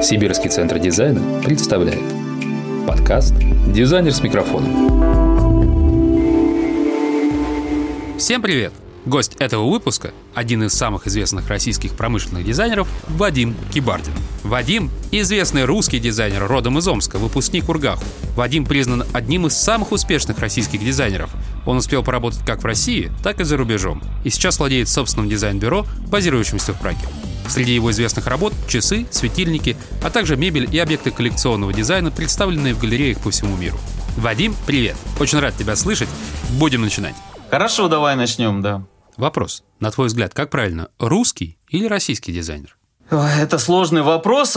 Сибирский центр дизайна представляет подкаст «Дизайнер с микрофоном». Всем привет! Гость этого выпуска – один из самых известных российских промышленных дизайнеров Вадим Кибардин. Вадим – известный русский дизайнер, родом из Омска, выпускник УрГаху. Вадим признан одним из самых успешных российских дизайнеров. Он успел поработать как в России, так и за рубежом. И сейчас владеет собственным дизайн-бюро, базирующимся в Праге. Среди его известных работ – часы, светильники, а также мебель и объекты коллекционного дизайна, представленные в галереях по всему миру. Вадим, привет! Очень рад тебя слышать. Будем начинать. Хорошо, давай начнем, да. Вопрос. На твой взгляд, как правильно, русский или российский дизайнер? Это сложный вопрос,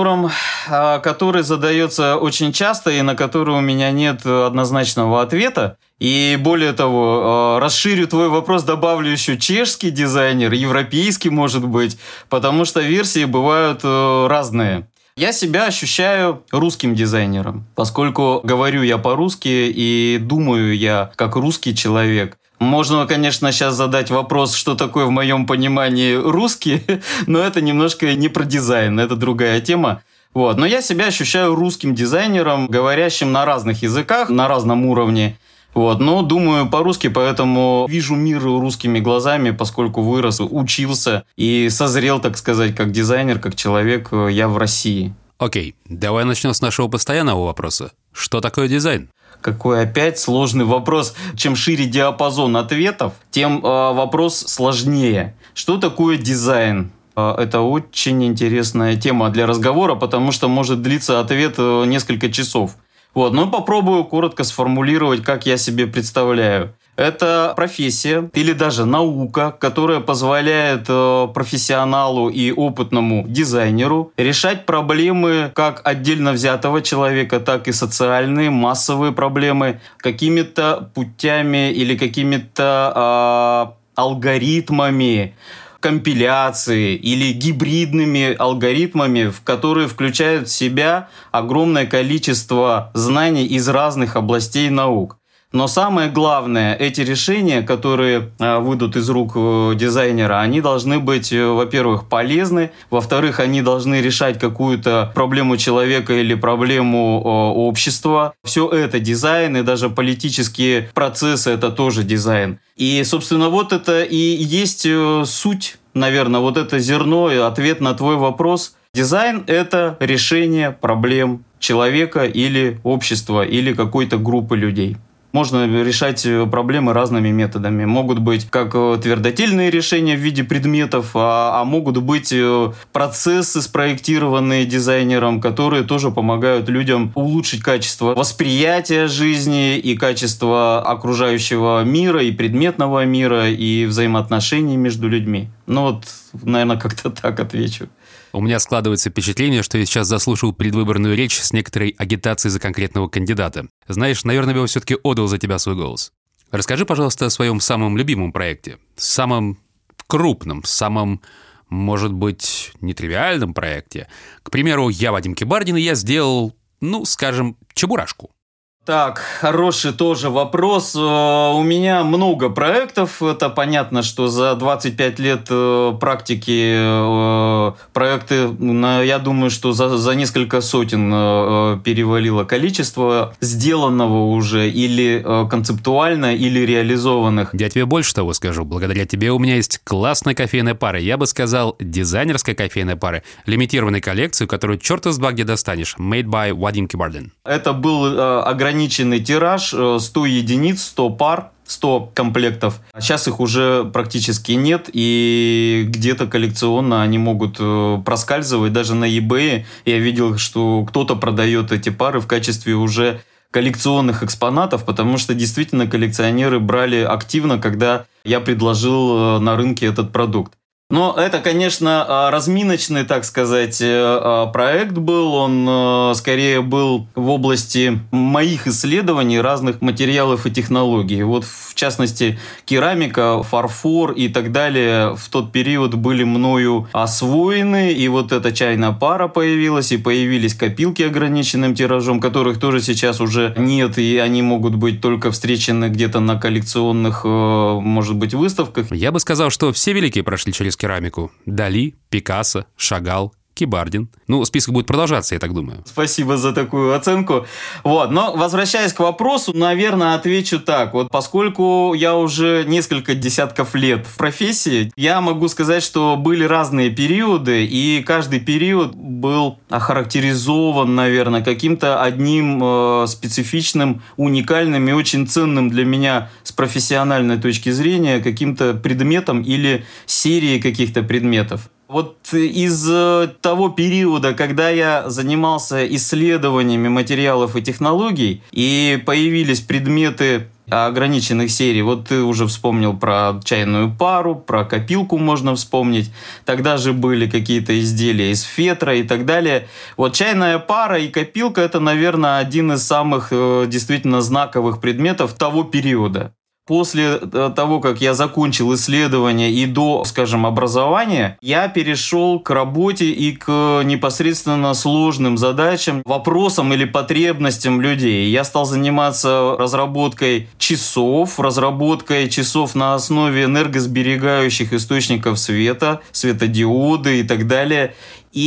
который задается очень часто и на который у меня нет однозначного ответа. И более того, расширю твой вопрос, добавлю еще чешский дизайнер, европейский, может быть, потому что версии бывают разные. Я себя ощущаю русским дизайнером, поскольку говорю я по-русски и думаю я как русский человек. Можно, конечно, сейчас задать вопрос, что такое в моем понимании русский, но это немножко не про дизайн, это другая тема. Но я себя ощущаю русским дизайнером, говорящим на разных языках, на разном уровне. Но думаю по-русски, поэтому вижу мир русскими глазами, поскольку вырос, учился и созрел, так сказать, как дизайнер, как человек я в России. Окей, давай начнем с нашего постоянного вопроса. Что такое дизайн? Какой опять сложный вопрос. Чем шире диапазон ответов, тем вопрос сложнее. Что такое дизайн? Это очень интересная тема для разговора, потому что может длиться ответ несколько часов. Но попробую коротко сформулировать, как я себе представляю. Это профессия или даже наука, которая позволяет профессионалу и опытному дизайнеру решать проблемы как отдельно взятого человека, так и социальные, массовые проблемы какими-то путями или какими-то алгоритмами, компиляции или гибридными алгоритмами, в которые включают в себя огромное количество знаний из разных областей наук. Но самое главное, эти решения, которые выйдут из рук дизайнера, они должны быть, во-первых, полезны, во-вторых, они должны решать какую-то проблему человека или проблему общества. Все это дизайн, и даже политические процессы – это тоже дизайн. И, собственно, это и есть суть, наверное, это зерно и ответ на твой вопрос. Дизайн – это решение проблем человека или общества, или какой-то группы людей. Можно решать проблемы разными методами. Могут быть как твердотельные решения в виде предметов, а могут быть процессы, спроектированные дизайнером, которые тоже помогают людям улучшить качество восприятия жизни и качество окружающего мира, и предметного мира, и взаимоотношений между людьми. Наверное, как-то так отвечу. У меня складывается впечатление, что я сейчас заслушал предвыборную речь с некоторой агитацией за конкретного кандидата. Знаешь, наверное, я все-таки отдал за тебя свой голос. Расскажи, пожалуйста, о своем самом любимом проекте. Самом крупном, самом, может быть, нетривиальном проекте. К примеру, я Вадим Кибардин, и я сделал, скажем, чебурашку. Так, хороший тоже вопрос. У меня много проектов. Это понятно, что за 25 лет практики проекты, я думаю, что за несколько сотен перевалило количество сделанного уже или концептуально, или реализованных. Я тебе больше того скажу. Благодаря тебе у меня есть классная кофейная пара. Я бы сказал, дизайнерская кофейная пара. Лимитированной коллекции, которую черта с два где достанешь. Made by Вадим Кибардин. Это был ограниченный тираж, 100 единиц, 100 пар, 100 комплектов. Сейчас их уже практически нет, и где-то коллекционно они могут проскальзывать. Даже на eBay я видел, что кто-то продает эти пары в качестве уже коллекционных экспонатов, потому что действительно коллекционеры брали активно, когда я предложил на рынке этот продукт. Но это, конечно, разминочный, так сказать, проект был. Он скорее был в области моих исследований разных материалов и технологий. В частности, керамика, фарфор и так далее в тот период были мною освоены. И эта чайная пара появилась, и появились копилки ограниченным тиражом, которых тоже сейчас уже нет, и они могут быть только встречены где-то на коллекционных, может быть, выставках. Я бы сказал, что все великие прошли через керамику. Дали, Пикассо, Шагал, Кибардин. Список будет продолжаться, я так думаю. Спасибо за такую оценку. Но возвращаясь к вопросу, наверное, отвечу так. Поскольку я уже несколько десятков лет в профессии, я могу сказать, что были разные периоды, и каждый период был охарактеризован, наверное, каким-то одним специфичным, уникальным и очень ценным для меня с профессиональной точки зрения каким-то предметом или серией каких-то предметов. Из того периода, когда я занимался исследованиями материалов и технологий, и появились предметы ограниченных серий. Ты уже вспомнил про чайную пару, про копилку можно вспомнить. Тогда же были какие-то изделия из фетра и так далее. Чайная пара и копилка – это, наверное, один из самых действительно знаковых предметов того периода. После того, как я закончил исследования и до, образования, я перешел к работе и к непосредственно сложным задачам, вопросам или потребностям людей. Я стал заниматься разработкой часов на основе энергосберегающих источников света, светодиоды и так далее.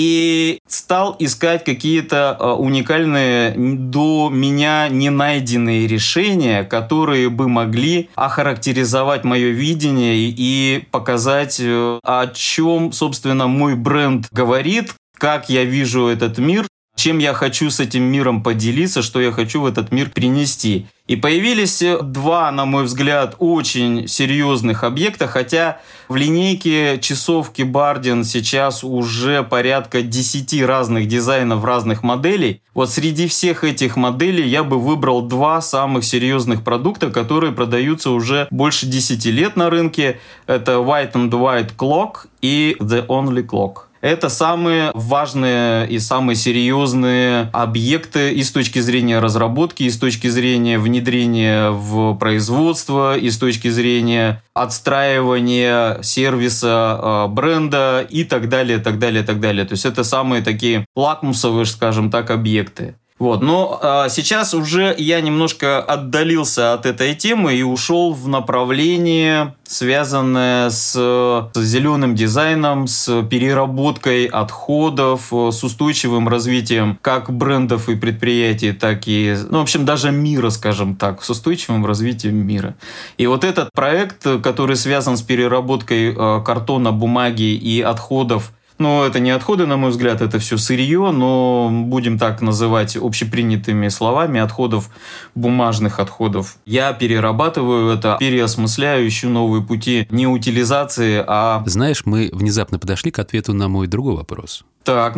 И стал искать какие-то уникальные, до меня не найденные решения, которые бы могли охарактеризовать мое видение и показать, о чем, собственно, мой бренд говорит, как я вижу этот мир, чем я хочу с этим миром поделиться, что я хочу в этот мир принести. И появились два, на мой взгляд, очень серьезных объекта, хотя в линейке часов Кибардин сейчас уже порядка 10 разных дизайнов разных моделей. Среди всех этих моделей я бы выбрал два самых серьезных продукта, которые продаются уже больше 10 лет на рынке. Это White and White Clock и The Only Clock. Это самые важные и самые серьезные объекты и с точки зрения разработки, и с точки зрения внедрения в производство, и с точки зрения отстраивания сервиса бренда и так далее, так далее, так далее. То есть это самые такие лакмусовые, скажем так, объекты. Но сейчас уже я немножко отдалился от этой темы и ушел в направление, связанное с зеленым дизайном, с переработкой отходов, с устойчивым развитием как брендов и предприятий, так и, даже мира, скажем так, с устойчивым развитием мира. И этот проект, который связан с переработкой картона, бумаги и отходов, это не отходы, на мой взгляд, это все сырье, но будем так называть общепринятыми словами, бумажных отходов. Я перерабатываю это, переосмысляю, ищу новые пути не утилизации, а... Знаешь, мы внезапно подошли к ответу на мой другой вопрос. Так,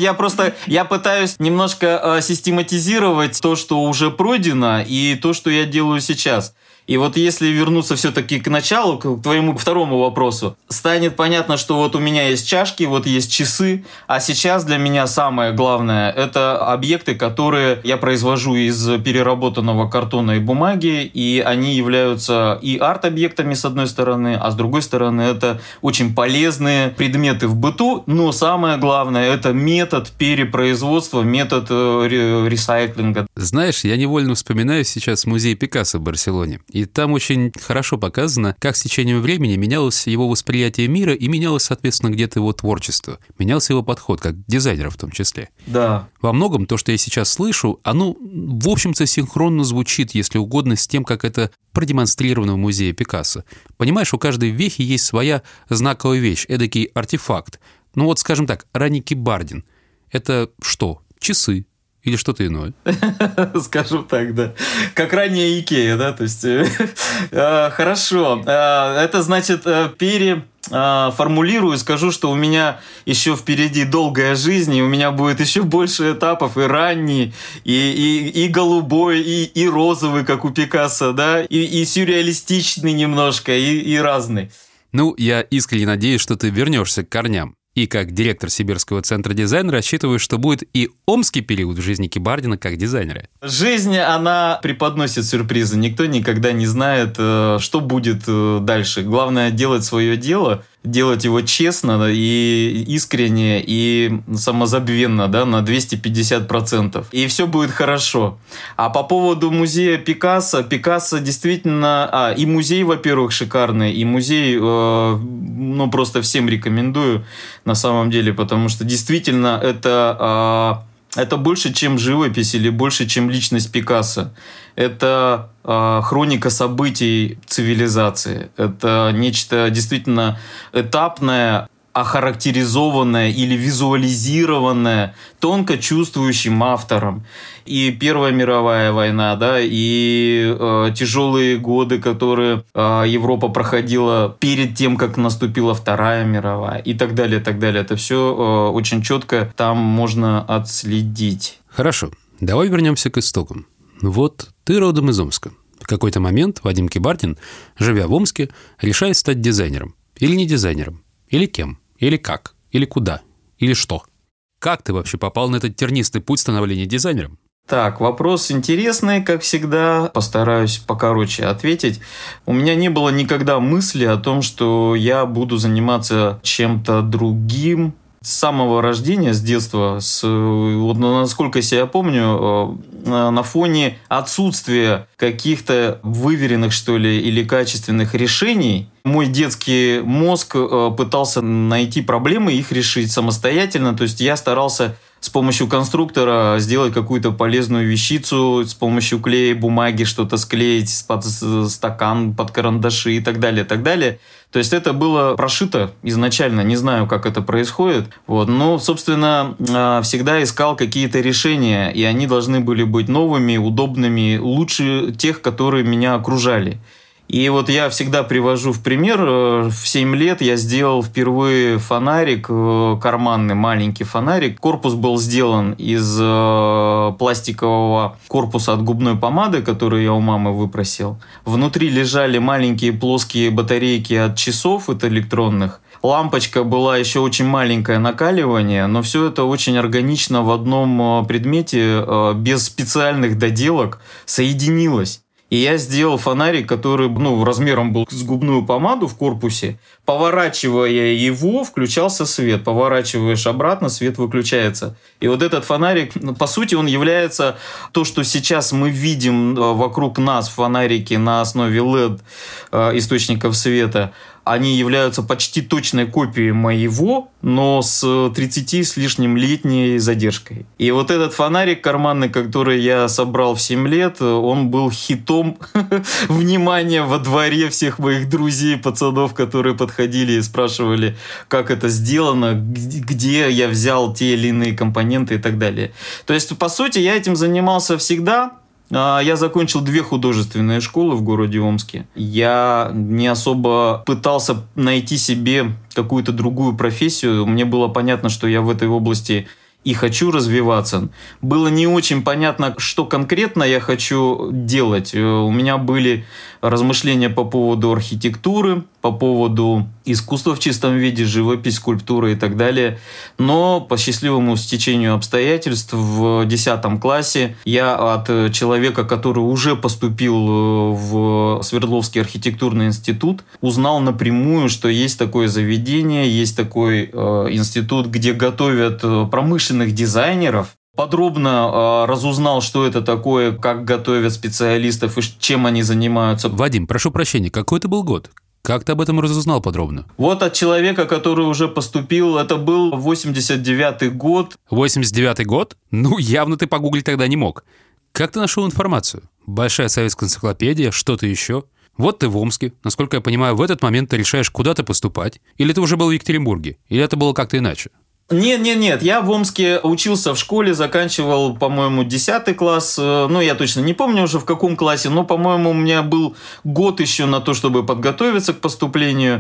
я пытаюсь немножко систематизировать то, что уже пройдено, и то, что я делаю сейчас. И если вернуться все-таки к началу, к твоему второму вопросу, станет понятно, что у меня есть чашки, есть часы, а сейчас для меня самое главное – это объекты, которые я произвожу из переработанного картона и бумаги, и они являются и арт-объектами с одной стороны, а с другой стороны это очень полезные предметы в быту, но самое главное – это метод перепроизводства, метод ресайклинга. Знаешь, я невольно вспоминаю сейчас музей Пикассо в Барселоне. И там очень хорошо показано, как с течением времени менялось его восприятие мира и менялось, соответственно, где-то его творчество. Менялся его подход, как дизайнера в том числе. Да. Во многом то, что я сейчас слышу, оно, в общем-то, синхронно звучит, если угодно, с тем, как это продемонстрировано в музее Пикассо. Понимаешь, у каждой вехи есть своя знаковая вещь, эдакий артефакт. Скажем так, ранний Кибардин. Это что? Часы. Или что-то иное? Скажу так, да. Как ранняя Икея, да? То есть, хорошо. Это значит, формулирую, скажу, что у меня еще впереди долгая жизнь, и у меня будет еще больше этапов, и ранний, и голубой, и розовый, как у Пикассо, да? И сюрреалистичный немножко, и разный. Я искренне надеюсь, что ты вернешься к корням. И как директор Сибирского центра дизайна рассчитываю, что будет и омский период в жизни Кибардина как дизайнера. Жизнь, она преподносит сюрпризы. Никто никогда не знает, что будет дальше. Главное делать свое дело, делать его честно и искренне, и самозабвенно, да, на 250%. И все будет хорошо. А по поводу музея Пикассо действительно... и музей, во-первых, шикарный, и музей, просто всем рекомендую, на самом деле, потому что действительно это больше, чем живопись или больше, чем личность Пикассо. Это хроника событий цивилизации. Это нечто действительно этапное, охарактеризованное или визуализированное тонко чувствующим автором. И Первая мировая война, да, и тяжелые годы, которые Европа проходила перед тем, как наступила Вторая мировая, и так далее, так далее. Это все очень четко там можно отследить. Хорошо, давай вернемся к истокам. Вот ты родом из Омска. В какой-то момент Вадим Кибардин, живя в Омске, решает стать дизайнером. Или не дизайнером. Или кем. Или как? Или куда? Или что? Как ты вообще попал на этот тернистый путь становления дизайнером? Так, вопрос интересный, как всегда. Постараюсь покороче ответить. У меня не было никогда мысли о том, что я буду заниматься чем-то другим. С самого рождения, с детства, насколько я помню, на фоне отсутствия каких-то выверенных, что ли, или качественных решений, мой детский мозг пытался найти проблемы и их решить самостоятельно. То есть я старался с помощью конструктора сделать какую-то полезную вещицу, с помощью клея, бумаги что-то склеить под стакан, под карандаши и так далее, так далее. То есть это было прошито изначально, не знаю, как это происходит. Но, собственно, всегда искал какие-то решения, и они должны были быть новыми, удобными, лучше тех, которые меня окружали. И вот я всегда привожу в пример, в 7 лет я сделал впервые фонарик, карманный маленький фонарик. Корпус был сделан из пластикового корпуса от губной помады, которую я у мамы выпросил. Внутри лежали маленькие плоские батарейки от часов, от электронных. Лампочка была еще очень маленькое накаливание, но все это очень органично в одном предмете, без специальных доделок, соединилось. И я сделал фонарик, который размером был с губную помаду в корпусе. Поворачивая его, включался свет. Поворачиваешь обратно, свет выключается. И вот этот фонарик, по сути, он является то, что сейчас мы видим вокруг нас, фонарики на основе LED источников света. Они являются почти точной копией моего, но с 30 с лишним летней задержкой. И вот этот фонарик карманный, который я собрал в 7 лет, он был хитом внимания во дворе всех моих друзей, пацанов, которые подходили и спрашивали, как это сделано, где я взял те или иные компоненты и так далее. То есть, по сути, я этим занимался всегда. Я закончил 2 художественные школы в городе Омске. Я не особо пытался найти себе какую-то другую профессию. Мне было понятно, что я в этой области и хочу развиваться. Было не очень понятно, что конкретно я хочу делать. У меня были размышления по поводу архитектуры, по поводу искусства в чистом виде, живопись, скульптура и так далее. Но по счастливому стечению обстоятельств в 10 классе я от человека, который уже поступил в Свердловский архитектурный институт, узнал напрямую, что есть такое заведение, есть такой институт, где готовят промышленных дизайнеров. Подробно разузнал, что это такое, как готовят специалистов и чем они занимаются. Вадим, прошу прощения, какой это был год? Как ты об этом разузнал подробно? Вот от человека, который уже поступил, это был 89-й год. 89-й год? Явно ты погуглить тогда не мог. Как ты нашел информацию? Большая советская энциклопедия, что-то еще? Вот ты в Омске. Насколько я понимаю, в этот момент ты решаешь куда-то поступать. Или ты уже был в Екатеринбурге? Или это было как-то иначе? Нет. Я в Омске учился в школе, заканчивал, по-моему, 10 класс. Я точно не помню уже в каком классе, но, по-моему, у меня был год еще на то, чтобы подготовиться к поступлению.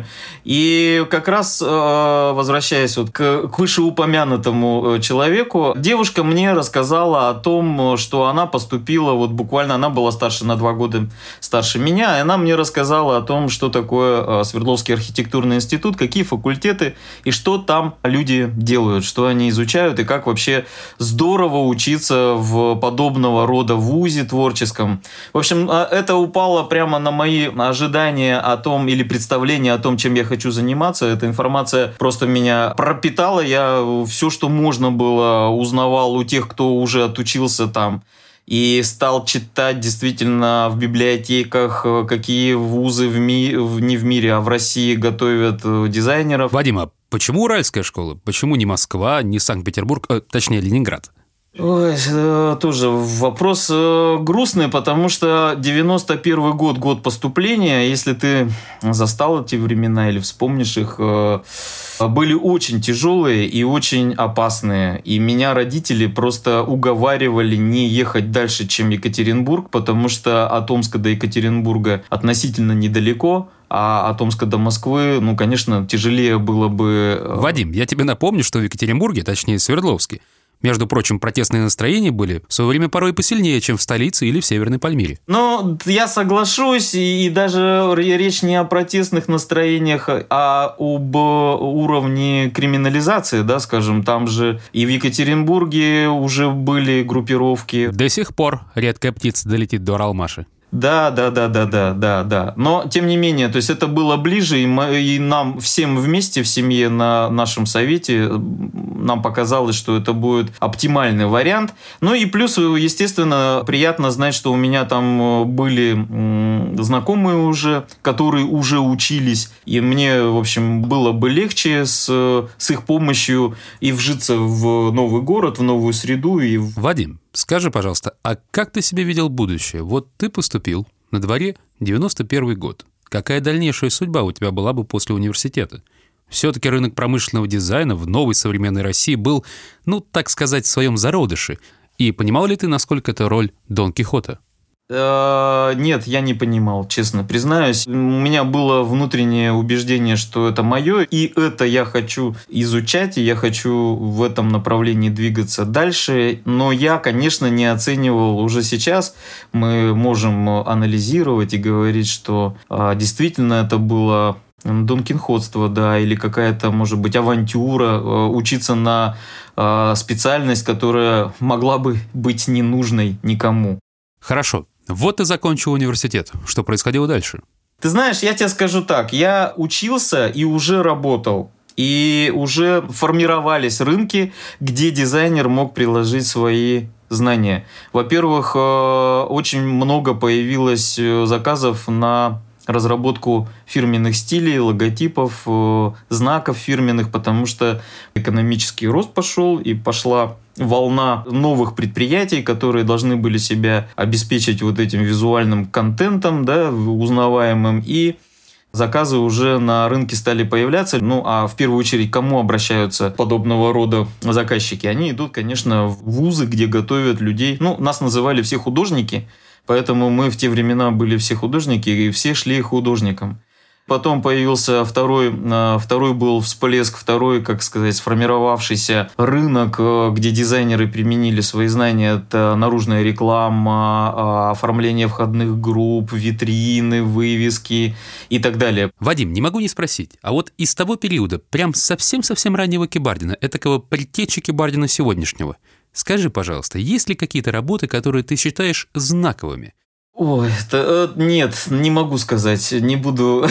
И как раз, возвращаясь к вышеупомянутому человеку, девушка мне рассказала о том, что она поступила, буквально она была старше на 2 года старше меня, и она мне рассказала о том, что такое Свердловский архитектурный институт, какие факультеты и что там люди делают. делают, что они изучают и как вообще здорово учиться в подобного рода вузе творческом. В общем, это упало прямо на мои ожидания о том или представления о том, чем я хочу заниматься. Эта информация просто меня пропитала. Я все, что можно было, узнавал у тех, кто уже отучился там. И стал читать действительно в библиотеках, какие вузы не в мире, а в России готовят дизайнеров. Вадим, а почему Уральская школа? Почему не Москва, не Санкт-Петербург, точнее Ленинград? Ой, тоже вопрос грустный, потому что 91 год, год поступления, если ты застал эти времена или вспомнишь их, были очень тяжелые и очень опасные. И меня родители просто уговаривали не ехать дальше, чем Екатеринбург, потому что от Омска до Екатеринбурга относительно недалеко, а от Омска до Москвы, ну, конечно, тяжелее было бы... Вадим, я тебе напомню, что в Екатеринбурге, точнее Свердловске, между прочим, протестные настроения были в свое время порой посильнее, чем в столице или в Северной Пальмире. Ну, я соглашусь, и даже речь не о протестных настроениях, а об уровне криминализации, да, скажем. Там же и в Екатеринбурге уже были группировки. До сих пор редкая птица долетит до Уралмаши. Да. Но, тем не менее, то есть это было ближе, и нам всем вместе в семье на нашем совете нам показалось, что это будет оптимальный вариант. Ну и плюс, естественно, приятно знать, что у меня там были знакомые уже, которые уже учились, и мне, в общем, было бы легче с их помощью и вжиться в новый город, в новую среду. Вадим, скажи, пожалуйста, а как ты себе видел будущее? Вот ты поступил, на дворе 91 год. Какая дальнейшая судьба у тебя была бы после университета? Все-таки рынок промышленного дизайна в новой современной России был, ну, так сказать, в своем зародыше. И понимал ли ты, насколько это роль Дон Кихота? Нет, я не понимал, честно признаюсь. У меня было внутреннее убеждение, что это мое, и это я хочу изучать, и я хочу в этом направлении двигаться дальше. Но я, конечно, не оценивал уже сейчас. Мы можем анализировать и говорить, что действительно это было донкихотство, да, или какая-то, может быть, авантюра, учиться на специальность, которая могла бы быть ненужной никому. Хорошо. Вот ты закончил университет. Что происходило дальше? Ты знаешь, я тебе скажу так. Я учился и уже работал. И уже формировались рынки, где дизайнер мог приложить свои знания. Во-первых, очень много появилось заказов на разработку фирменных стилей, логотипов, знаков фирменных, потому что экономический рост пошел, и пошла волна новых предприятий, которые должны были себя обеспечить вот этим визуальным контентом, да, узнаваемым, и заказы уже на рынке стали появляться. Ну, а в первую очередь, к кому обращаются подобного рода заказчики? Они идут, конечно, в вузы, где готовят людей. Ну, нас называли все художники, поэтому мы в те времена были все художники, и все шли художникам. Потом появился второй был всплеск, второй, как сказать, сформировавшийся рынок, где дизайнеры применили свои знания. Это наружная реклама, оформление входных групп, витрины, вывески и так далее. Вадим, не могу не спросить, а вот из того периода, прям совсем-совсем раннего кибардина, этакого предтечи кибардина сегодняшнего, скажи, пожалуйста, есть ли какие-то работы, которые ты считаешь знаковыми? Ой, нет, не могу сказать, не буду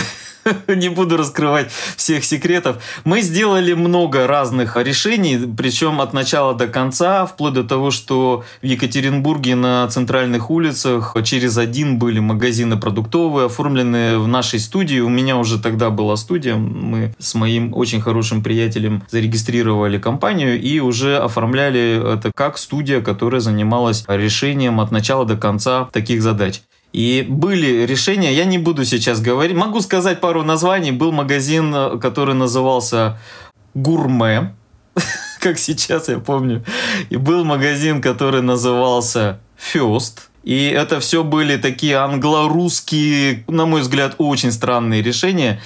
раскрывать всех секретов. Мы сделали много разных решений, причем от начала до конца, вплоть до того, что в Екатеринбурге на центральных улицах через один были магазины продуктовые, оформленные в нашей студии. У меня уже тогда была студия, мы с моим очень хорошим приятелем зарегистрировали компанию и уже оформляли это как студия, которая занималась решением от начала до конца таких задач. И были решения, я не буду сейчас говорить, могу сказать пару названий. Был магазин, который назывался «Гурме», как сейчас я помню. И был магазин, который назывался «First». И это все были такие англо-русские, на мой взгляд, очень странные решения.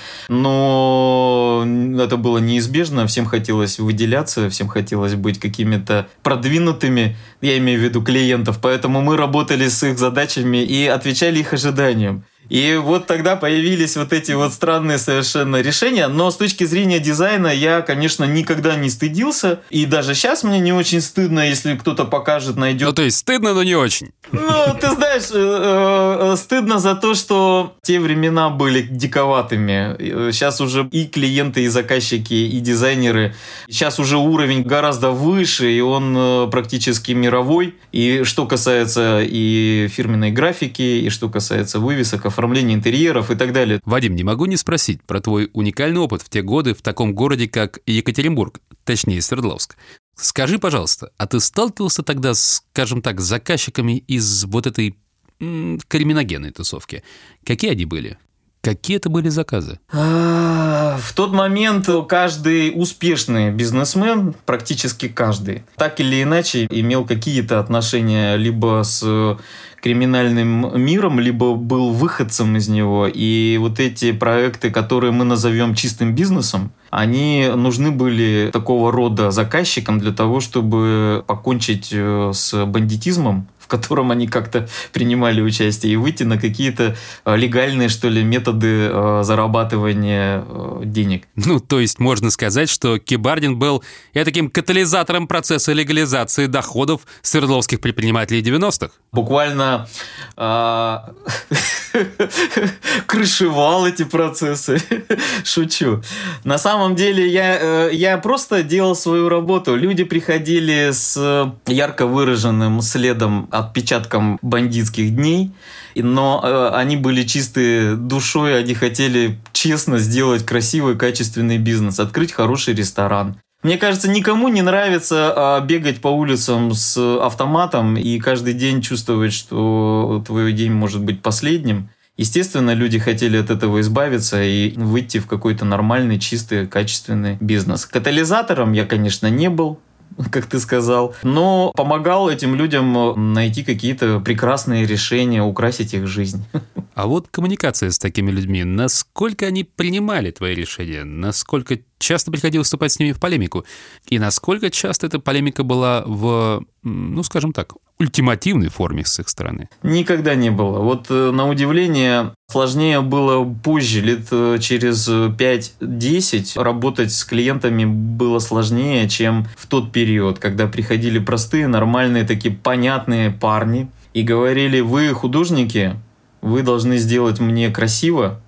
Но это было неизбежно. Всем хотелось выделяться, всем хотелось быть какими-то продвинутыми. Я имею в виду клиентов. Поэтому мы работали с их задачами и отвечали их ожиданиям. И вот тогда появились вот эти вот странные совершенно решения. Но с точки зрения дизайна я, конечно, никогда не стыдился. И даже сейчас мне не очень стыдно, если кто-то покажет, найдет. Ну, то есть стыдно, но не очень. Ну, ты знаешь, стыдно за то, что те времена были диковатыми. Сейчас уже и клиенты, и заказчики, и дизайнеры. Сейчас уже уровень гораздо выше, и он практически мировой. И что касается и фирменной графики, и что касается вывесок, оформления интерьеров и так далее. Вадим, не могу не спросить про твой уникальный опыт в те годы в таком городе, как Екатеринбург, точнее Свердловск. Скажи, пожалуйста, а ты сталкивался тогда, скажем так, с заказчиками из вот этой криминогенной тусовки? Какие они были? Какие это были заказы? В тот момент каждый успешный бизнесмен, практически каждый, так или иначе имел какие-то отношения либо с криминальным миром, либо был выходцем из него. И вот эти проекты, которые мы назовем чистым бизнесом, они нужны были такого рода заказчикам для того, чтобы покончить с бандитизмом, в котором они как-то принимали участие, и выйти на какие-то легальные, что ли, методы зарабатывания денег. Ну, то есть можно сказать, что Кибардин был таким катализатором процесса легализации доходов свердловских предпринимателей 90-х? Буквально крышевал эти процессы. Шучу. На самом деле я просто делал свою работу. Люди приходили с ярко выраженным следом, отпечатком бандитских дней, но они были чисты душой, они хотели честно сделать красивый, качественный бизнес, открыть хороший ресторан. Мне кажется, никому не нравится бегать по улицам с автоматом и каждый день чувствовать, что твой день может быть последним. Естественно, люди хотели от этого избавиться и выйти в какой-то нормальный, чистый, качественный бизнес. Катализатором я, конечно, не был, как ты сказал, но помогал этим людям найти какие-то прекрасные решения, украсить их жизнь. А вот коммуникация с такими людьми, насколько они принимали твои решения, насколько часто приходилось вступать с ними в полемику, и насколько часто эта полемика была в, ну, скажем так, ультимативной форме с их стороны? Никогда не было. Вот на удивление сложнее было позже, лет через 5-10 работать с клиентами было сложнее, чем в тот период, когда приходили простые, нормальные, такие понятные парни и говорили: вы художники, вы должны сделать мне красиво,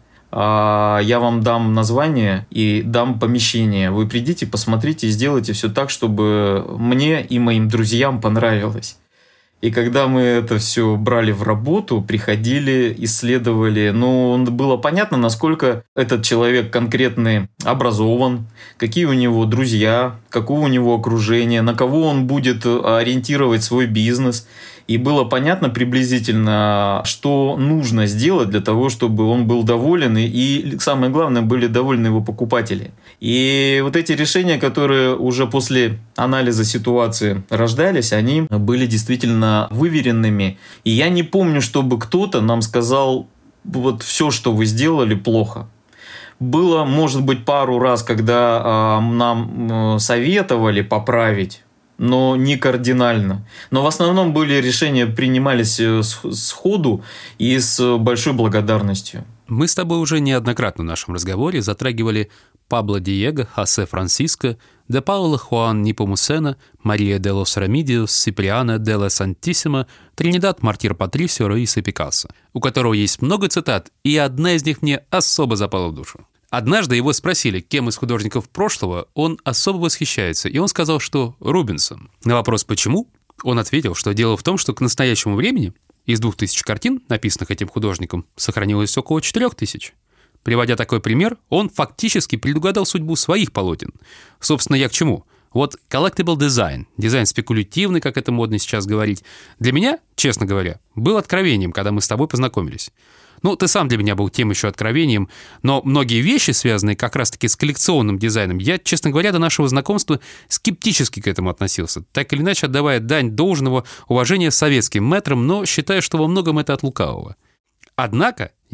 я вам дам название и дам помещение. Вы придите, посмотрите и сделайте все так, чтобы мне и моим друзьям понравилось. И когда мы это все брали в работу, приходили, исследовали, было понятно, насколько этот человек конкретный образован, какие у него друзья, какое у него окружение, на кого он будет ориентировать свой бизнес. И было понятно приблизительно, что нужно сделать для того, чтобы он был доволен, и самое главное, были довольны его покупатели. И вот эти решения, которые уже после анализа ситуации рождались, они были действительно выверенными. И я не помню, чтобы кто-то нам сказал: вот все, что вы сделали, плохо. Было, может быть, пару раз, когда нам советовали поправить, но не кардинально. Но в основном были решения принимались сходу и с большой благодарностью. Мы с тобой уже неоднократно в нашем разговоре затрагивали Пабло Диего, Хосе Франсиско, де Пауло Хуан Непомусена, Мария де лос Ремидиос, Сиприано де ла Сантиссимо, Тринидад Мартир Патрисио, Руиса Пикассо, у которого есть много цитат, и одна из них мне особо запала в душу. Однажды его спросили, кем из художников прошлого он особо восхищается, и он сказал, что Рубенсом. На вопрос «почему?» он ответил, что дело в том, что к настоящему времени из 2000 картин, написанных этим художником, сохранилось около 4000. Приводя такой пример, он фактически предугадал судьбу своих полотен. Собственно, я к чему? Вот collectible design, дизайн спекулятивный, как это модно сейчас говорить, для меня, честно говоря, был откровением, когда мы с тобой познакомились. Ты сам для меня был тем еще откровением, но многие вещи, связанные как раз-таки с коллекционным дизайном, я, честно говоря, до нашего знакомства скептически к этому относился, так или иначе отдавая дань должного уважения советским мэтрам, но считая, что во многом это от лукавого. Однако я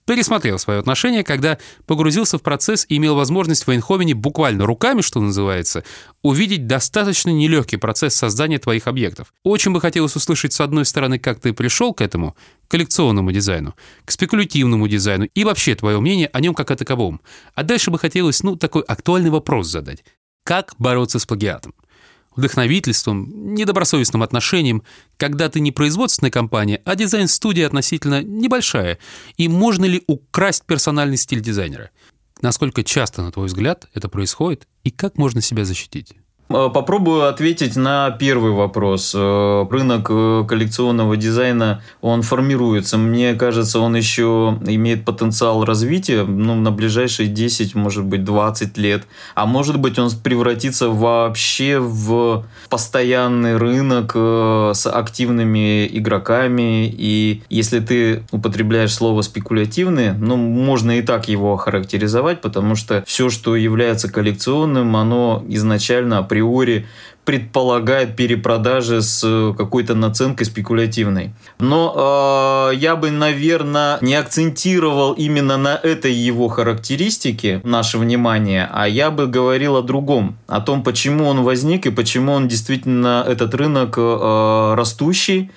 пересмотрел свое отношение, когда погрузился в процесс и имел возможность в Эйнховене буквально руками, что называется, увидеть достаточно нелегкий процесс создания твоих объектов. Очень бы хотелось услышать, с одной стороны, как ты пришел к этому, к коллекционному дизайну, к спекулятивному дизайну и вообще твое мнение о нем как о таковом. А дальше бы хотелось, такой актуальный вопрос задать. Как бороться с плагиатом? Вдохновительством, недобросовестным отношением, когда ты не производственная компания, а дизайн-студия относительно небольшая, и можно ли украсть персональный стиль дизайнера? Насколько часто, на твой взгляд, это происходит, и как можно себя защитить? Попробую ответить на первый вопрос. Рынок коллекционного дизайна, он формируется. Мне кажется, он еще имеет потенциал развития на ближайшие 10, может быть, 20 лет. А может быть, он превратится вообще в постоянный рынок с активными игроками. И если ты употребляешь слово «спекулятивный», можно и так его охарактеризовать, потому что все, что является коллекционным, оно изначально априори предполагает перепродажи с какой-то наценкой спекулятивной. Но я бы, наверное, не акцентировал именно на этой его характеристике наше внимание, а я бы говорил о другом, о том, почему он возник и почему он действительно, этот рынок, растущий,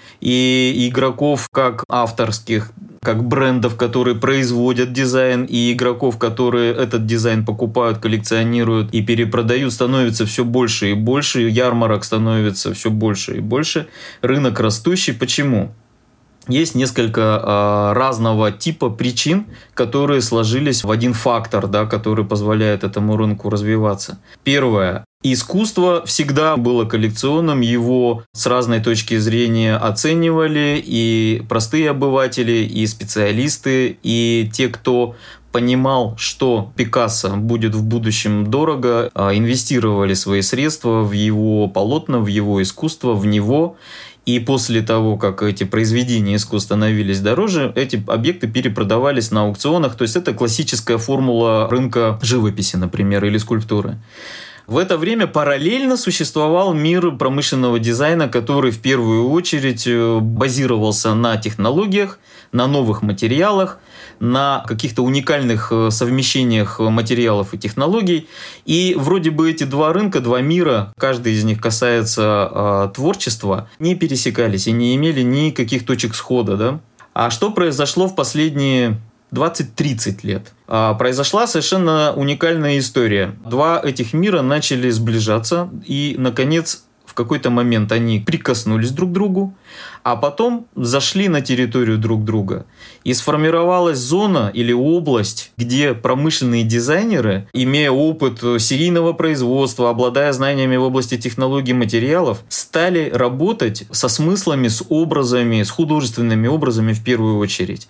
и игроков как авторских, как брендов, которые производят дизайн, и игроков, которые этот дизайн покупают, коллекционируют и перепродают, становится все больше и больше, ярмарок становится все больше и больше, рынок растущий. Почему? Есть несколько разного типа причин, которые сложились в один фактор, который позволяет этому рынку развиваться. Первое. Искусство всегда было коллекционным, его с разной точки зрения оценивали и простые обыватели, и специалисты, и те, кто понимал, что Пикассо будет в будущем дорого, инвестировали свои средства в его полотна, в его искусство, в него. И после того, как эти произведения искусства становились дороже, эти объекты перепродавались на аукционах. То есть это классическая формула рынка живописи, например, или скульптуры. В это время параллельно существовал мир промышленного дизайна, который в первую очередь базировался на технологиях, на новых материалах, на каких-то уникальных совмещениях материалов и технологий. И вроде бы эти два рынка, два мира, каждый из них касается творчества, не пересекались и не имели никаких точек схода. Да? А что произошло в последние 20-30 лет? Произошла совершенно уникальная история. Два этих мира начали сближаться, и, наконец, в какой-то момент они прикоснулись друг к другу, а потом зашли на территорию друг друга. И сформировалась зона или область, где промышленные дизайнеры, имея опыт серийного производства, обладая знаниями в области технологий материалов, стали работать со смыслами, с образами, с художественными образами в первую очередь.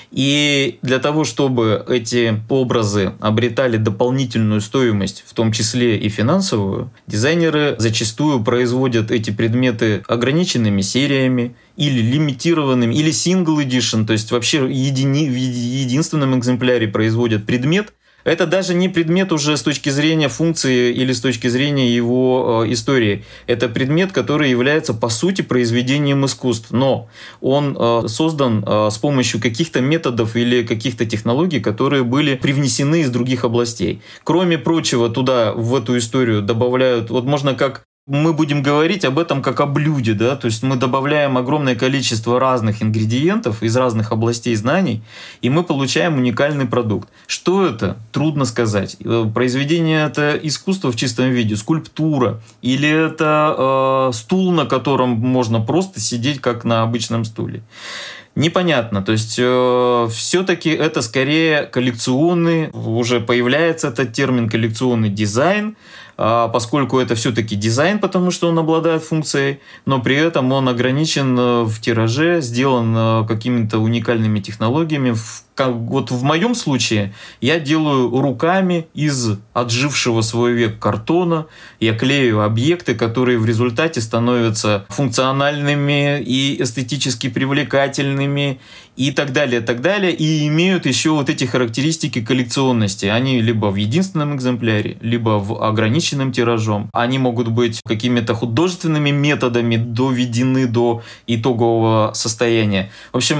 И для того, чтобы эти образы обретали дополнительную стоимость, в том числе и финансовую, дизайнеры зачастую производят эти предметы ограниченными сериями, или лимитированным, или single edition, то есть вообще в единственном экземпляре производят предмет. Это даже не предмет уже с точки зрения функции или с точки зрения его истории. Это предмет, который является по сути произведением искусств, но он создан с помощью каких-то методов или каких-то технологий, которые были привнесены из других областей. Кроме прочего, туда, в эту историю добавляют, можно как мы будем говорить об этом как о блюде, да, то есть мы добавляем огромное количество разных ингредиентов из разных областей знаний, и мы получаем уникальный продукт. Что это? Трудно сказать. Произведение — это искусство в чистом виде, скульптура, или это стул, на котором можно просто сидеть, как на обычном стуле. Непонятно, то есть все-таки это скорее коллекционный, уже появляется этот термин коллекционный дизайн, поскольку это все-таки дизайн, потому что он обладает функцией, но при этом он ограничен в тираже, сделан какими-то уникальными технологиями. Вот в моем случае я делаю руками из отжившего свой век картона, я клею объекты, которые в результате становятся функциональными и эстетически привлекательными и так далее, и имеют еще вот эти характеристики коллекционности. Они либо в единственном экземпляре, либо в ограниченном тиражом. Они могут быть какими-то художественными методами доведены до итогового состояния. В общем,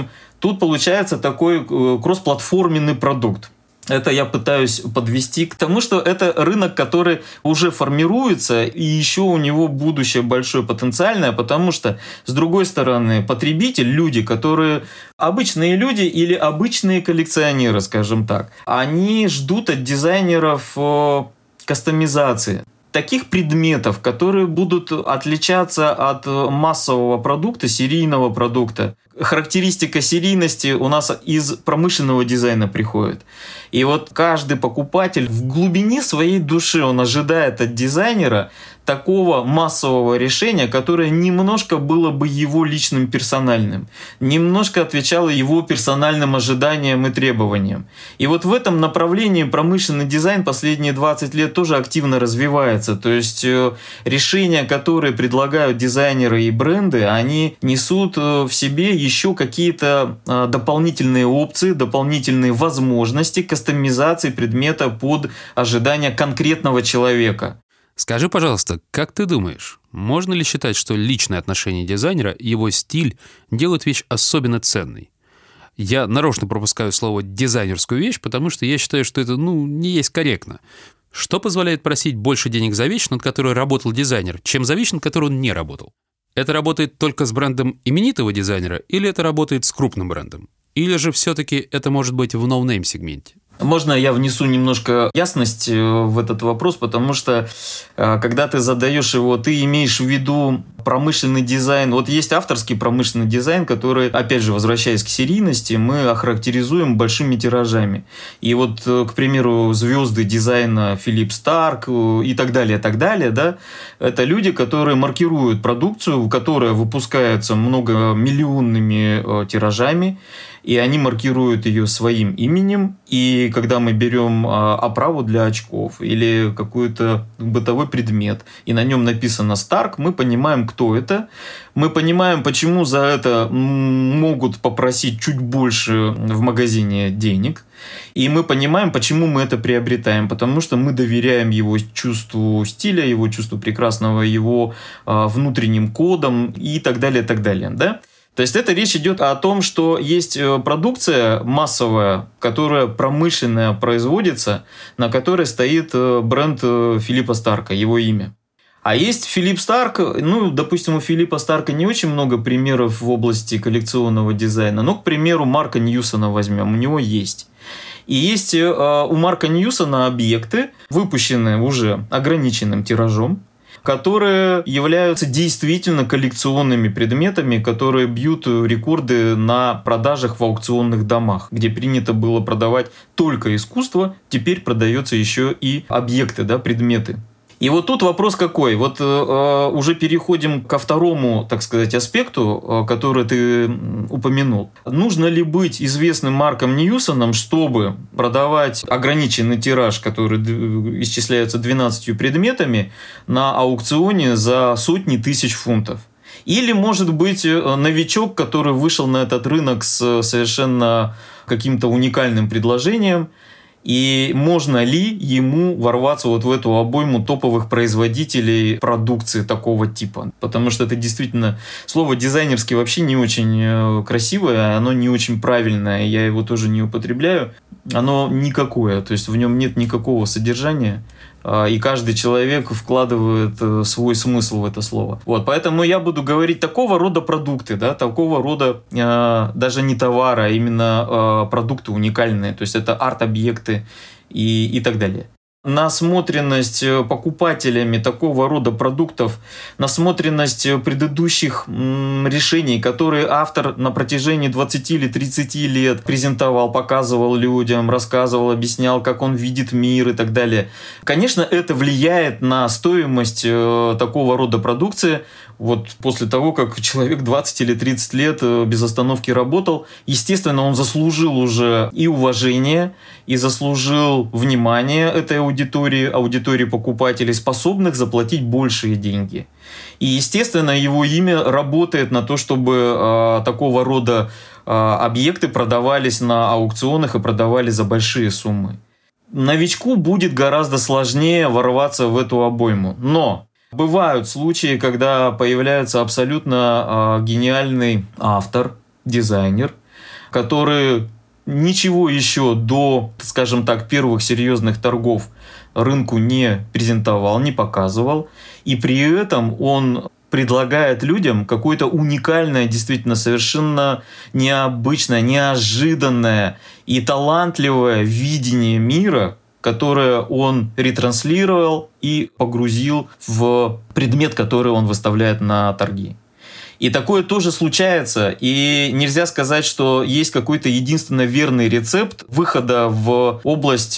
Тут получается такой кроссплатформенный продукт. Это я пытаюсь подвести к тому, что это рынок, который уже формируется, и еще у него будущее большое потенциальное, потому что, с другой стороны, потребитель, люди, которые обычные люди или обычные коллекционеры, скажем так, они ждут от дизайнеров кастомизации. Таких предметов, которые будут отличаться от массового продукта, серийного продукта. Характеристика серийности у нас из промышленного дизайна приходит. И вот каждый покупатель в глубине своей души, он ожидает от дизайнера такого массового решения, которое немножко было бы его личным персональным, немножко отвечало его персональным ожиданиям и требованиям. И вот в этом направлении промышленный дизайн последние 20 лет тоже активно развивается. То есть решения, которые предлагают дизайнеры и бренды, они несут в себе еще какие-то дополнительные опции, дополнительные возможности кастомизации предмета под ожидания конкретного человека. Скажи, пожалуйста, как ты думаешь, можно ли считать, что личное отношение дизайнера, его стиль делают вещь особенно ценной? Я нарочно пропускаю слово «дизайнерскую вещь», потому что я считаю, что это, не есть корректно. Что позволяет просить больше денег за вещь, над которой работал дизайнер, чем за вещь, над которой он не работал? Это работает только с брендом именитого дизайнера или это работает с крупным брендом? Или же все-таки это может быть в ноунейм-сегменте? Можно я внесу немножко ясность в этот вопрос, потому что когда ты задаешь его, ты имеешь в виду промышленный дизайн. Вот есть авторский промышленный дизайн, который, опять же, возвращаясь к серийности, мы охарактеризуем большими тиражами. И вот, к примеру, звезды дизайна Филипп Старк и так далее, да, это люди, которые маркируют продукцию, которая выпускается многомиллионными тиражами, и они маркируют ее своим именем. И когда мы берем оправу для очков или какой-то бытовой предмет, и на нем написано «Старк», мы понимаем, кто это. Мы понимаем, почему за это могут попросить чуть больше в магазине денег. И мы понимаем, почему мы это приобретаем. Потому что мы доверяем его чувству стиля, его чувству прекрасного, его внутренним кодам и так далее, да? То есть это речь идет о том, что есть продукция массовая, которая промышленная производится, на которой стоит бренд Филиппа Старка, его имя. А есть Филипп Старк, допустим, у Филиппа Старка не очень много примеров в области коллекционного дизайна, но, к примеру, Марка Ньюсона возьмем, у него есть. И есть у Марка Ньюсона объекты, выпущенные уже ограниченным тиражом, которые являются действительно коллекционными предметами, которые бьют рекорды на продажах в аукционных домах, где принято было продавать только искусство, теперь продается еще и объекты, да, предметы. И вот тут вопрос какой? Вот уже переходим ко второму, так сказать, аспекту, который ты упомянул. Нужно ли быть известным Марком Ньюсоном, чтобы продавать ограниченный тираж, который исчисляется 12 предметами, на аукционе за сотни тысяч фунтов? Или, может быть, новичок, который вышел на этот рынок с совершенно каким-то уникальным предложением, и можно ли ему ворваться вот в эту обойму топовых производителей продукции такого типа? Потому что это действительно слово «дизайнерский» вообще не очень красивое, оно не очень правильное, я его тоже не употребляю. Оно никакое, то есть в нем нет никакого содержания. И каждый человек вкладывает свой смысл в это слово. Вот, поэтому я буду говорить такого рода продукты, да, такого рода даже не товары, а именно продукты уникальные. То есть это арт-объекты и так далее. Насмотренность покупателями такого рода продуктов, насмотренность предыдущих решений, которые автор на протяжении 20 или 30 лет презентовал, показывал людям, рассказывал, объяснял, как он видит мир и так далее. Конечно, это влияет на стоимость такого рода продукции. Вот после того, как человек 20 или 30 лет без остановки работал, естественно, он заслужил уже и уважение, и заслужил внимание этой аудитории покупателей, способных заплатить большие деньги. И, естественно, его имя работает на то, чтобы такого рода объекты продавались на аукционах и продавались за большие суммы. Новичку будет гораздо сложнее ворваться в эту обойму. Но бывают случаи, когда появляется абсолютно гениальный автор, дизайнер, который ничего еще до, скажем так, первых серьезных торгов рынку не презентовал, не показывал. И при этом он предлагает людям какое-то уникальное, действительно совершенно необычное, неожиданное и талантливое видение мира, которое он ретранслировал и погрузил в предмет, который он выставляет на торги. И такое тоже случается, и нельзя сказать, что есть какой-то единственно верный рецепт выхода в область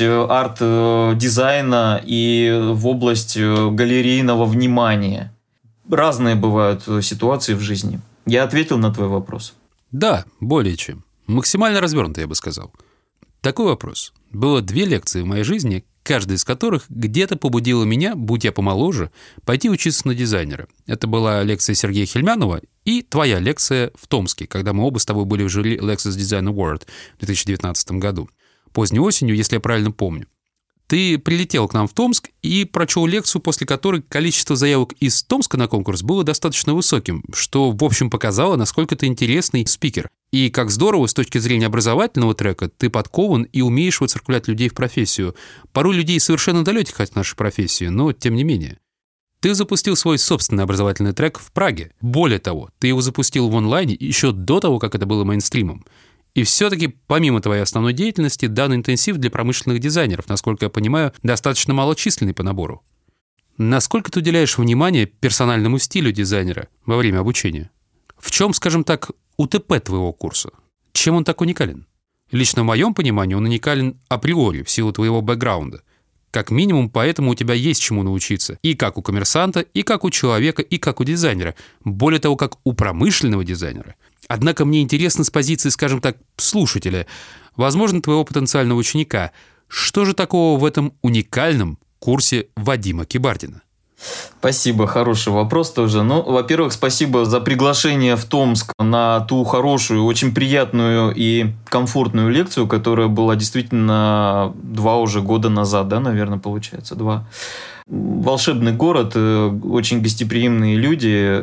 арт-дизайна и в область галерейного внимания. Разные бывают ситуации в жизни. Я ответил на твой вопрос. Да, более чем. Максимально развернуто, я бы сказал. Такой вопрос. Было 2 лекции в моей жизни, каждая из которых где-то побудила меня, будь я помоложе, пойти учиться на дизайнера. Это была лекция Сергея Хельмянова и твоя лекция в Томске, когда мы оба с тобой были в жюри Lexus Design Award в 2019 году. Поздней осенью, если я правильно помню. Ты прилетел к нам в Томск и прочел лекцию, после которой количество заявок из Томска на конкурс было достаточно высоким, что, в общем, показало, насколько ты интересный спикер. И как здорово, с точки зрения образовательного трека, ты подкован и умеешь выциркулять людей в профессию. Порой людей совершенно далеких от нашей профессии, но тем не менее. Ты запустил свой собственный образовательный трек в Праге. Более того, ты его запустил в онлайне еще до того, как это было мейнстримом. И все-таки, помимо твоей основной деятельности, данный интенсив для промышленных дизайнеров, насколько я понимаю, достаточно малочисленный по набору. Насколько ты уделяешь внимание персональному стилю дизайнера во время обучения? В чем, скажем так, УТП твоего курса? Чем он так уникален? Лично в моем понимании он уникален априори в силу твоего бэкграунда. Как минимум, поэтому у тебя есть чему научиться. И как у коммерсанта, и как у человека, и как у дизайнера. Более того, как у промышленного дизайнера. Однако мне интересно с позиции, скажем так, слушателя, возможно, твоего потенциального ученика. Что же такого в этом уникальном курсе Вадима Кибардина? Спасибо, хороший вопрос тоже. Ну, во-первых, спасибо за приглашение в Томск на ту хорошую, очень приятную и комфортную лекцию, которая была действительно 2 уже года назад, да, наверное, получается, 2. Волшебный город, очень гостеприимные люди.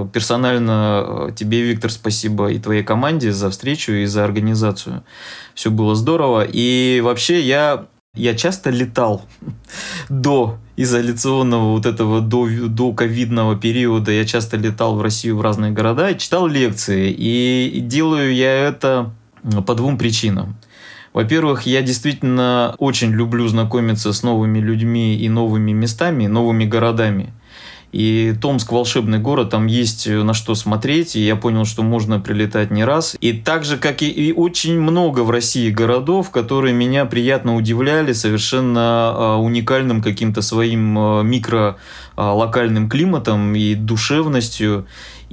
Персонально тебе, Виктор, спасибо и твоей команде за встречу и за организацию. Все было здорово. И вообще я часто летал до изоляционного вот этого, до ковидного периода. Я часто летал в Россию в разные города и читал лекции. И делаю я это по 2 причинам. Во-первых, я действительно очень люблю знакомиться с новыми людьми и новыми местами, новыми городами. И Томск – волшебный город, там есть на что смотреть, и я понял, что можно прилетать не раз. И так же, как и очень много в России городов, которые меня приятно удивляли совершенно уникальным каким-то своим микролокальным климатом и душевностью.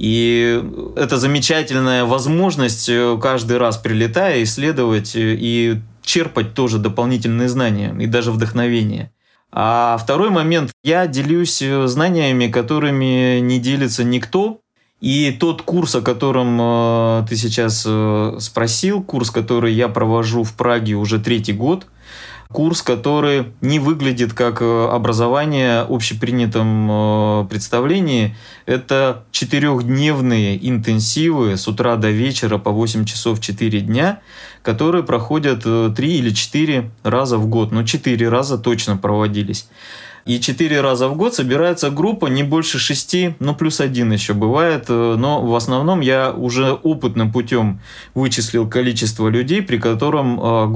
И это замечательная возможность каждый раз, прилетая, исследовать и черпать тоже дополнительные знания и даже вдохновение. А второй момент. Я делюсь знаниями, которыми не делится никто. И тот курс, о котором ты сейчас спросил, курс, который я провожу в Праге уже 3-й год, курс, который не выглядит как образование в общепринятом представлении. Это 4-дневные интенсивы с утра до вечера по 8 часов 4 дня, которые проходят 3 или 4 раза в год. 4 раза точно проводились. И 4 раза в год собирается группа не больше 6, плюс 1 еще бывает. Но в основном я уже опытным путем вычислил количество людей, при котором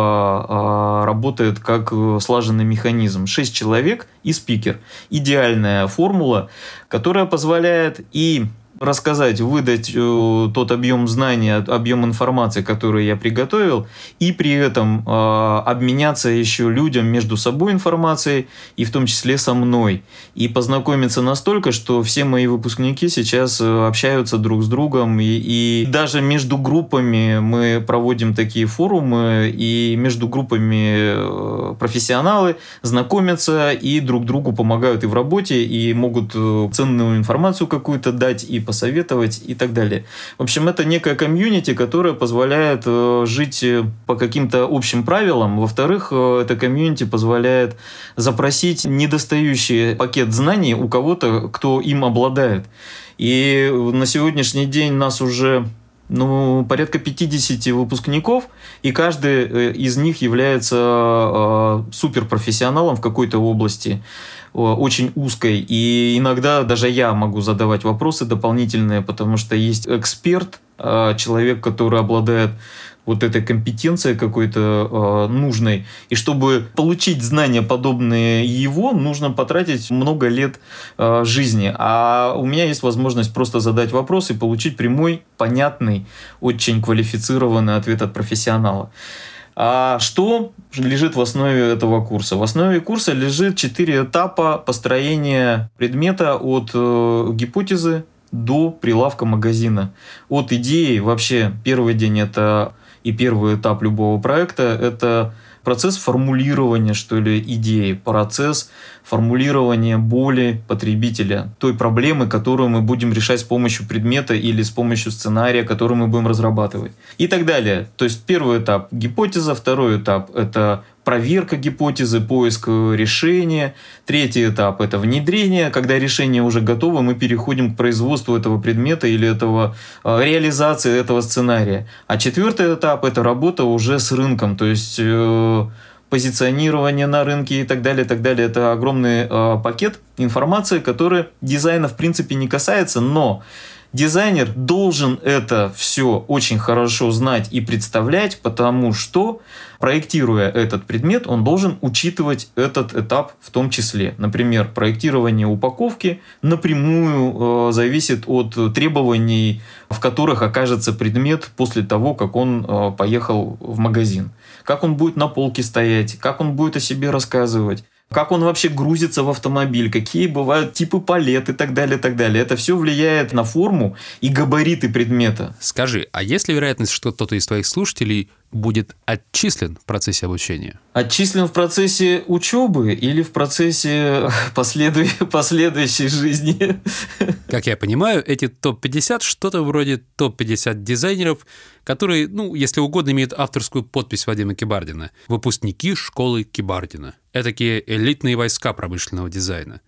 группа работает как слаженный механизм. 6 человек и спикер. Идеальная формула, которая позволяет и рассказать, выдать тот объем знаний, объем информации, который я приготовил, и при этом обменяться еще людям между собой информацией, и в том числе со мной. И познакомиться настолько, что все мои выпускники сейчас общаются друг с другом, и даже между группами мы проводим такие форумы, и между группами профессионалы знакомятся и друг другу помогают и в работе, и могут ценную информацию какую-то дать, и посоветовать и так далее. В общем, это некая комьюнити, которая позволяет жить по каким-то общим правилам. Во-вторых, эта комьюнити позволяет запросить недостающий пакет знаний у кого-то, кто им обладает. И на сегодняшний день нас уже порядка 50 выпускников, и каждый из них является суперпрофессионалом в какой-то области, очень узкой. И иногда даже я могу задавать вопросы дополнительные, потому что есть эксперт, человек, который обладает вот этой компетенцией какой-то нужной. И чтобы получить знания, подобные его, нужно потратить много лет жизни. А у меня есть возможность просто задать вопрос и получить прямой, понятный, очень квалифицированный ответ от профессионала. А что лежит в основе этого курса? В основе курса лежит 4 этапа построения предмета от гипотезы до прилавка магазина. От идеи, вообще первый день это и первый этап любого проекта – это процесс формулирования, что ли, идеи, процесс формулирования боли потребителя, той проблемы, которую мы будем решать с помощью предмета или с помощью сценария, который мы будем разрабатывать. И так далее. То есть первый этап – гипотеза, второй этап – это проверка гипотезы, поиск решения. Третий этап – это внедрение. Когда решение уже готово, мы переходим к производству этого предмета или реализации этого сценария. А четвертый этап – это работа уже с рынком, то есть позиционирование на рынке и так далее, так далее. Это огромный пакет информации, который дизайна в принципе не касается, но дизайнер должен это все очень хорошо знать и представлять, потому что, проектируя этот предмет, он должен учитывать этот этап в том числе. Например, проектирование упаковки напрямую зависит от требований, в которых окажется предмет после того, как он поехал в магазин. Как он будет на полке стоять, как он будет о себе рассказывать. Как он вообще грузится в автомобиль, какие бывают типы палет и так далее, так далее. Это все влияет на форму и габариты предмета. Скажи, а есть ли вероятность, что кто-то из твоих слушателей будет отчислен в процессе обучения? Отчислен в процессе учебы или в процессе последующей жизни? Как я понимаю, эти топ-50 что-то вроде топ-50 дизайнеров, которые, если угодно, имеют авторскую подпись Вадима Кибардина. Выпускники школы Кибардина. Этакие элитные войска промышленного дизайна.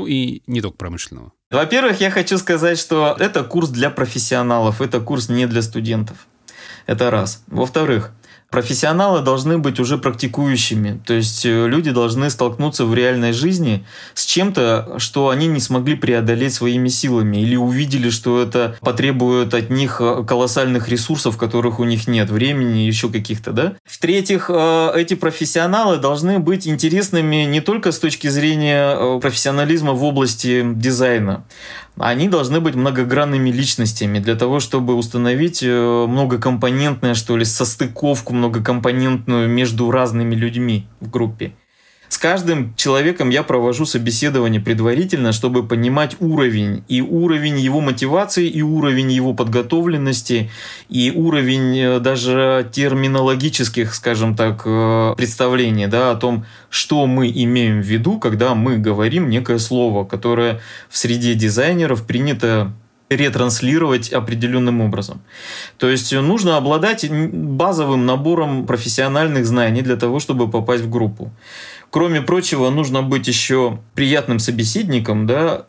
И не только промышленного. Во-первых, я хочу сказать, что это курс для профессионалов, это курс не для студентов. Это раз. Во-вторых, профессионалы должны быть уже практикующими. То есть люди должны столкнуться в реальной жизни с чем-то, что они не смогли преодолеть своими силами. Или увидели, что это потребует от них колоссальных ресурсов, которых у них нет. Времени, еще каких-то, да? В-третьих, эти профессионалы должны быть интересными не только с точки зрения профессионализма в области дизайна. Они должны быть многогранными личностями для того, чтобы установить многокомпонентное, состыковку многокомпонентную между разными людьми в группе. С каждым человеком я провожу собеседование предварительно, чтобы понимать уровень. И уровень его мотивации, и уровень его подготовленности, и уровень даже терминологических, скажем так, представлений, о том, что мы имеем в виду, когда мы говорим некое слово, которое в среде дизайнеров принято ретранслировать определенным образом. То есть нужно обладать базовым набором профессиональных знаний для того, чтобы попасть в группу. Кроме прочего, нужно быть еще приятным собеседником,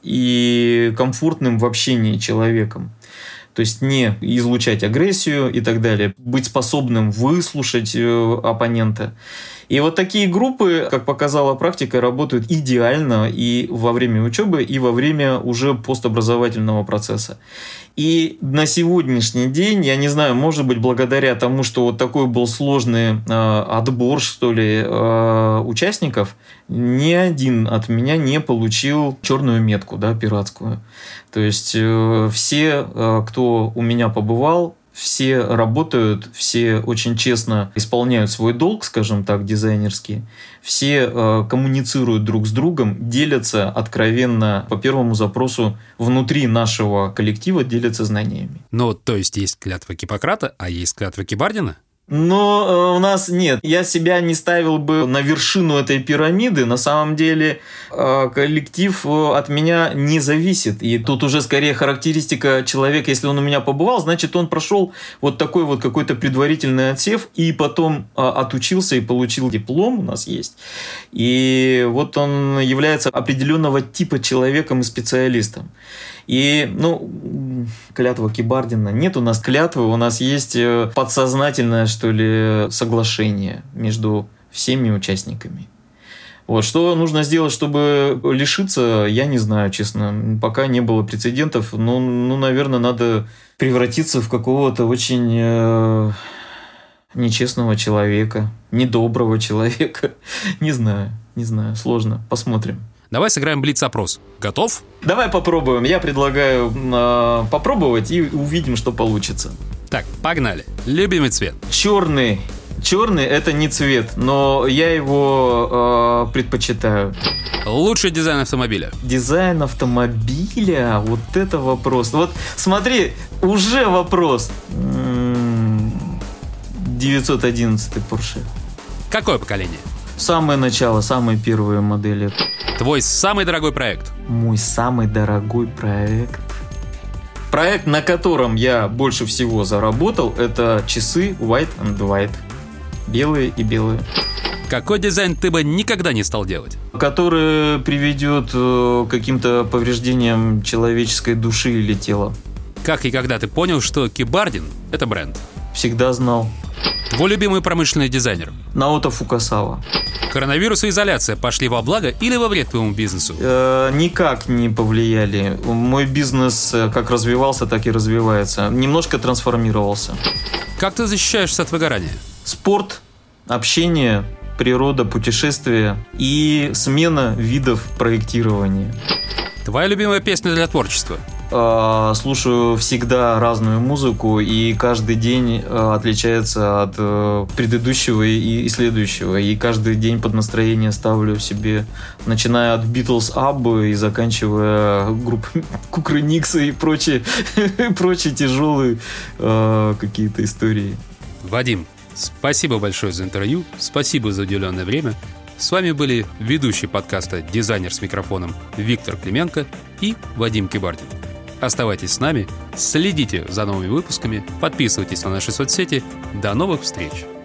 и комфортным в общении человеком. То есть не излучать агрессию и так далее, быть способным выслушать оппонента. И вот такие группы, как показала практика, работают идеально и во время учебы, и во время уже постобразовательного процесса. И на сегодняшний день, я не знаю, может быть, благодаря тому, что вот такой был сложный отбор, участников, ни один от меня не получил черную метку, пиратскую. То есть все, кто у меня побывал, все работают, все очень честно исполняют свой долг, скажем так, дизайнерский. Все коммуницируют друг с другом, делятся откровенно по первому запросу внутри нашего коллектива, делятся знаниями. То есть клятва Гиппократа, а есть клятва Кибардина? Но у нас нет. Я себя не ставил бы на вершину этой пирамиды. На самом деле коллектив от меня не зависит. И тут уже скорее характеристика человека. Если он у меня побывал, значит он прошел вот такой вот какой-то предварительный отсев и потом отучился и получил диплом, у нас есть. И вот он является определенного типа человеком и специалистом. И, клятва Кибардина. Нет у нас клятвы, у нас есть подсознательное, что ли, соглашение между всеми участниками. Вот. Что нужно сделать, чтобы лишиться, я не знаю, честно. Пока не было прецедентов. Наверное, надо превратиться в какого-то очень нечестного человека, недоброго человека. Не знаю, сложно. Посмотрим. Давай сыграем блиц-опрос. Готов? Давай попробуем. Я предлагаю попробовать и увидим, что получится. Так, погнали. Любимый цвет? Черный. Черный – это не цвет, но я его предпочитаю. Лучший дизайн автомобиля? Дизайн автомобиля? Вот это вопрос. Вот смотри, уже вопрос. 911 Porsche. Какое поколение? Самое начало, самые первые модели. Твой самый дорогой проект? Мой самый дорогой проект. Проект, на котором я больше всего заработал, это часы White and White. Белые и белые. Какой дизайн ты бы никогда не стал делать? Который приведет к каким-то повреждениям человеческой души или тела. Как и когда ты понял, что Кибардин – это бренд? Всегда знал. Твой любимый промышленный дизайнер? Наото Фукасава. Коронавирус и изоляция пошли во благо или во вред твоему бизнесу? Никак не повлияли. Мой бизнес как развивался, так и развивается. Немножко трансформировался. Как ты защищаешься от выгорания? Спорт, общение, природа, путешествия и смена видов проектирования. Твоя любимая песня для творчества? Слушаю всегда разную музыку, и каждый день отличается от предыдущего и следующего. И каждый день под настроение ставлю себе, начиная от Beatles, Аббы и заканчивая группой Кукрыниксы и прочие тяжелые какие-то истории. Вадим, спасибо большое за интервью, спасибо за уделенное время. С вами были ведущие подкаста «Дизайнер с микрофоном» Виктор Клименко и Вадим Кибардин. Оставайтесь с нами, следите за новыми выпусками, подписывайтесь на наши соцсети. До новых встреч!